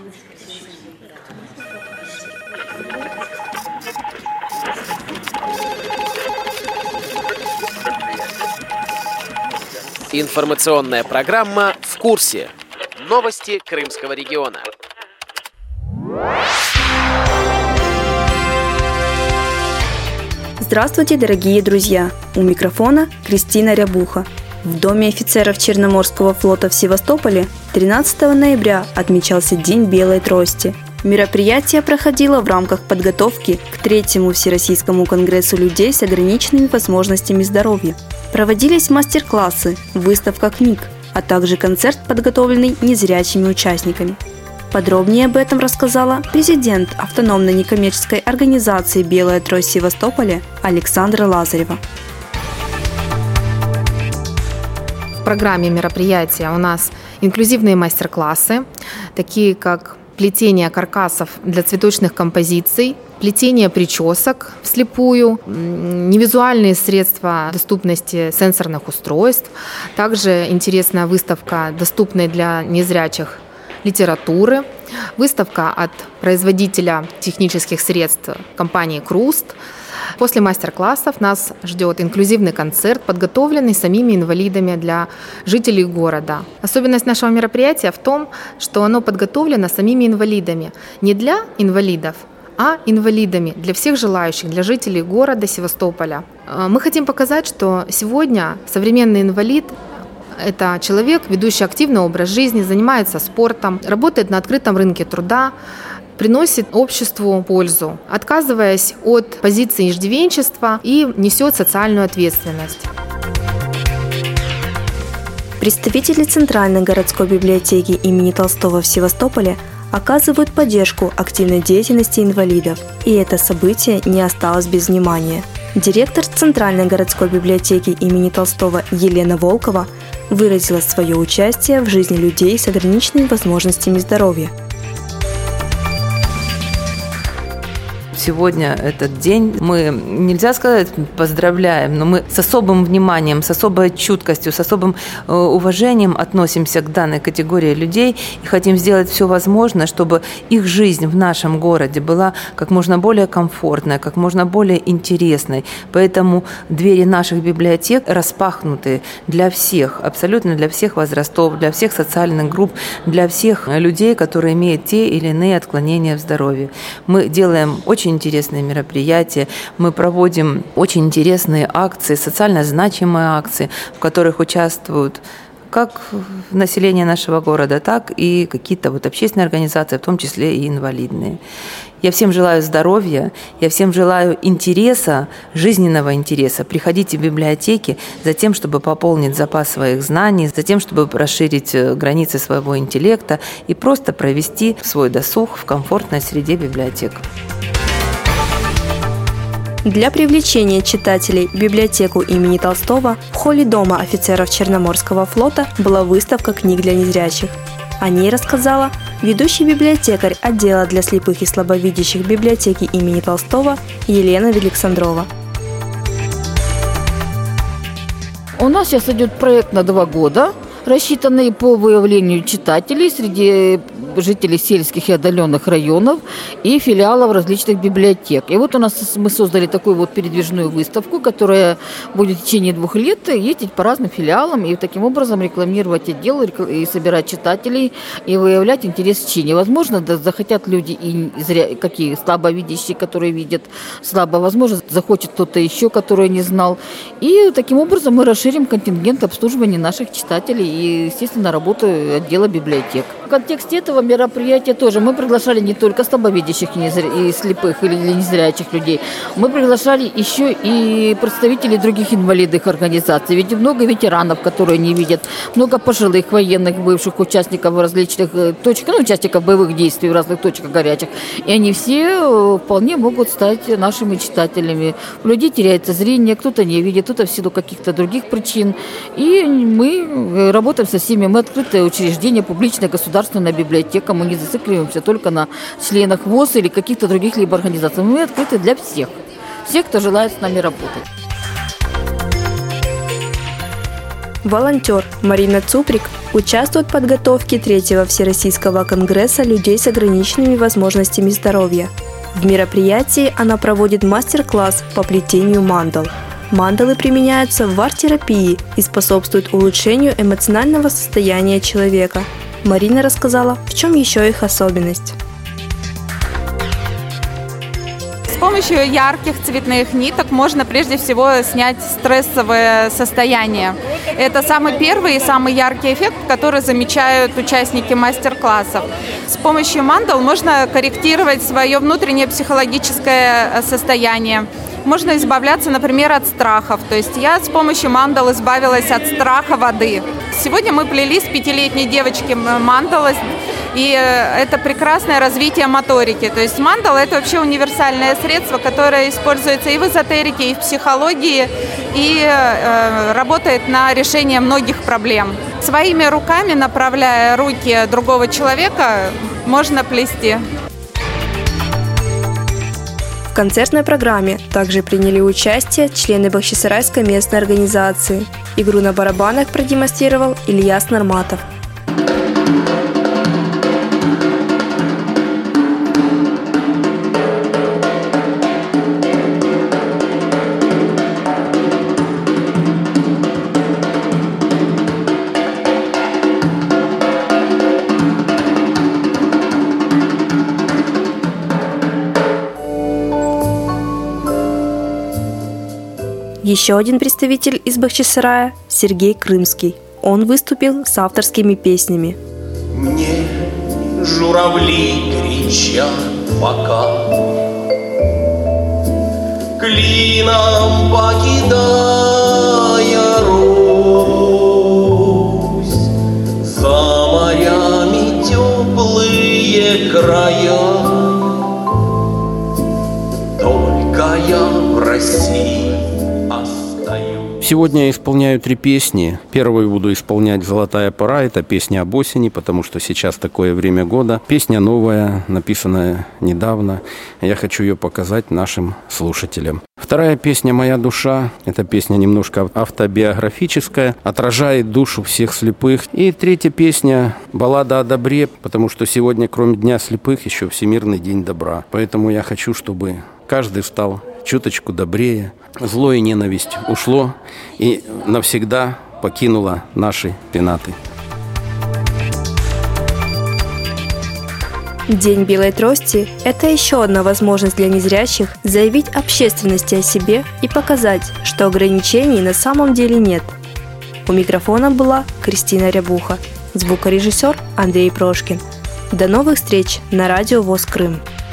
Информационная программа «В курсе». Новости Крымского региона. Здравствуйте, дорогие друзья! У микрофона Кристина Рябуха. В Доме офицеров Черноморского флота в Севастополе 13 ноября отмечался День белой трости. Мероприятие проходило в рамках подготовки к 3-му Всероссийскому конгрессу людей с ограниченными возможностями здоровья. Проводились мастер-классы, выставка книг, а также концерт, подготовленный незрячими участниками. Подробнее об этом рассказала президент автономной некоммерческой организации «Белая трость» Севастополя Александра Лазарева. В программе мероприятия у нас инклюзивные мастер-классы, такие как плетение каркасов для цветочных композиций, плетение причесок вслепую, невизуальные средства доступности сенсорных устройств. Также интересная выставка доступной для незрячих литературы, выставка от производителя технических средств компании «Круст». После мастер-классов нас ждет инклюзивный концерт, подготовленный самими инвалидами для жителей города. Особенность нашего мероприятия в том, что оно подготовлено самими инвалидами. Не для инвалидов, а инвалидами для всех желающих, для жителей города Севастополя. Мы хотим показать, что сегодня современный инвалид – это человек, ведущий активный образ жизни, занимается спортом, работает на открытом рынке труда, приносит обществу пользу, отказываясь от позиции иждивенчества и несет социальную ответственность. Представители Центральной городской библиотеки имени Толстого в Севастополе оказывают поддержку активной деятельности инвалидов, и это событие не осталось без внимания. Директор Центральной городской библиотеки имени Толстого Елена Волкова выразила свое участие в жизни людей с ограниченными возможностями здоровья. Сегодня этот день мы, нельзя сказать, поздравляем, но мы с особым вниманием, с особой чуткостью, с особым уважением относимся к данной категории людей и хотим сделать все возможное, чтобы их жизнь в нашем городе была как можно более комфортной, как можно более интересной. Поэтому двери наших библиотек распахнуты для всех, абсолютно для всех возрастов, для всех социальных групп, для всех людей, которые имеют те или иные отклонения в здоровье. Мы делаем очень интересные мероприятия, мы проводим очень интересные акции, социально значимые акции, в которых участвуют как население нашего города, так и какие-то общественные организации, в том числе и инвалидные. Я всем желаю здоровья, я всем желаю интереса, жизненного интереса. Приходите в библиотеки за тем, чтобы пополнить запас своих знаний, за тем, чтобы расширить границы своего интеллекта и просто провести свой досуг в комфортной среде библиотек. Для привлечения читателей в библиотеку имени Толстого в холле Дома офицеров Черноморского флота была выставка книг для незрячих. О ней рассказала ведущий библиотекарь отдела для слепых и слабовидящих библиотеки имени Толстого Елена Великсандрова. У нас сейчас идет проект на 2 года, рассчитанный по выявлению читателей среди жителей сельских и отдаленных районов и филиалов различных библиотек. И вот у нас мы создали такую передвижную выставку, которая будет в течение 2 лет ездить по разным филиалам и таким образом рекламировать отдел и собирать читателей и выявлять интерес к чтению. Возможно, захотят люди и какие слабовидящие, которые видят слабо, возможно, захочет кто-то еще, который не знал. И таким образом мы расширим контингент обслуживания наших читателей и, естественно, работу отдела библиотек. В контексте этого мероприятия тоже мы приглашали не только слабовидящих и слепых или незрячих людей, мы приглашали еще и представителей других инвалидных организаций. Ведь много ветеранов, которые не видят, много пожилых военных, бывших участников различных точек, участников боевых действий в разных точках горячих. И они все вполне могут стать нашими читателями. У людей теряется зрение, кто-то не видит, кто-то в силу каких-то других причин. И мы работаем со всеми. Мы открытое учреждение, публичная государственная библиотека. Мы не зацикливаемся только на членах ВОС или каких-то других либо организаций. Мы открыты для всех. Всех, кто желает с нами работать. Волонтер Марина Цуприк участвует в подготовке 3-го Всероссийского конгресса людей с ограниченными возможностями здоровья. В мероприятии она проводит мастер-класс по плетению мандал. Мандалы применяются в арт-терапии и способствуют улучшению эмоционального состояния человека. Марина рассказала, в чем еще их особенность. С помощью ярких цветных ниток можно прежде всего снять стрессовое состояние. Это самый первый и самый яркий эффект, который замечают участники мастер-классов. С помощью мандал можно корректировать свое внутреннее психологическое состояние. Можно избавляться, например, от страхов. То есть я с помощью мандал избавилась от страха воды. Сегодня мы плели с 5-летней девочки мандалы, и это прекрасное развитие моторики. То есть мандала – это вообще универсальное средство, которое используется и в эзотерике, и в психологии, и работает на решение многих проблем. Своими руками, направляя руки другого человека, можно плести. В концертной программе также приняли участие члены Бахчисарайской местной организации. Игру на барабанах продемонстрировал Ильяс Норматов. Еще один представитель из Бахчисарая – Сергей Крымский. Он выступил с авторскими песнями. Мне журавли кричат пока, клином покидая Русь, за морями теплые края. Только я в России. Сегодня я исполняю 3 песни. Первую буду исполнять «Золотая пора». Это песня об осени, потому что сейчас такое время года. Песня новая, написанная недавно. Я хочу ее показать нашим слушателям. Вторая песня «Моя душа». Это песня немножко автобиографическая, отражает душу всех слепых. И третья песня «Баллада о добре», потому что сегодня, кроме Дня слепых, еще Всемирный день добра. Поэтому я хочу, чтобы каждый стал чуточку добрее. Зло и ненависть ушло и навсегда покинуло наши пенаты. День белой трости – это еще одна возможность для незрячих заявить общественности о себе и показать, что ограничений на самом деле нет. У микрофона была Кристина Рябуха, звукорежиссер Андрей Прошкин. До новых встреч на радио ВОС Крым.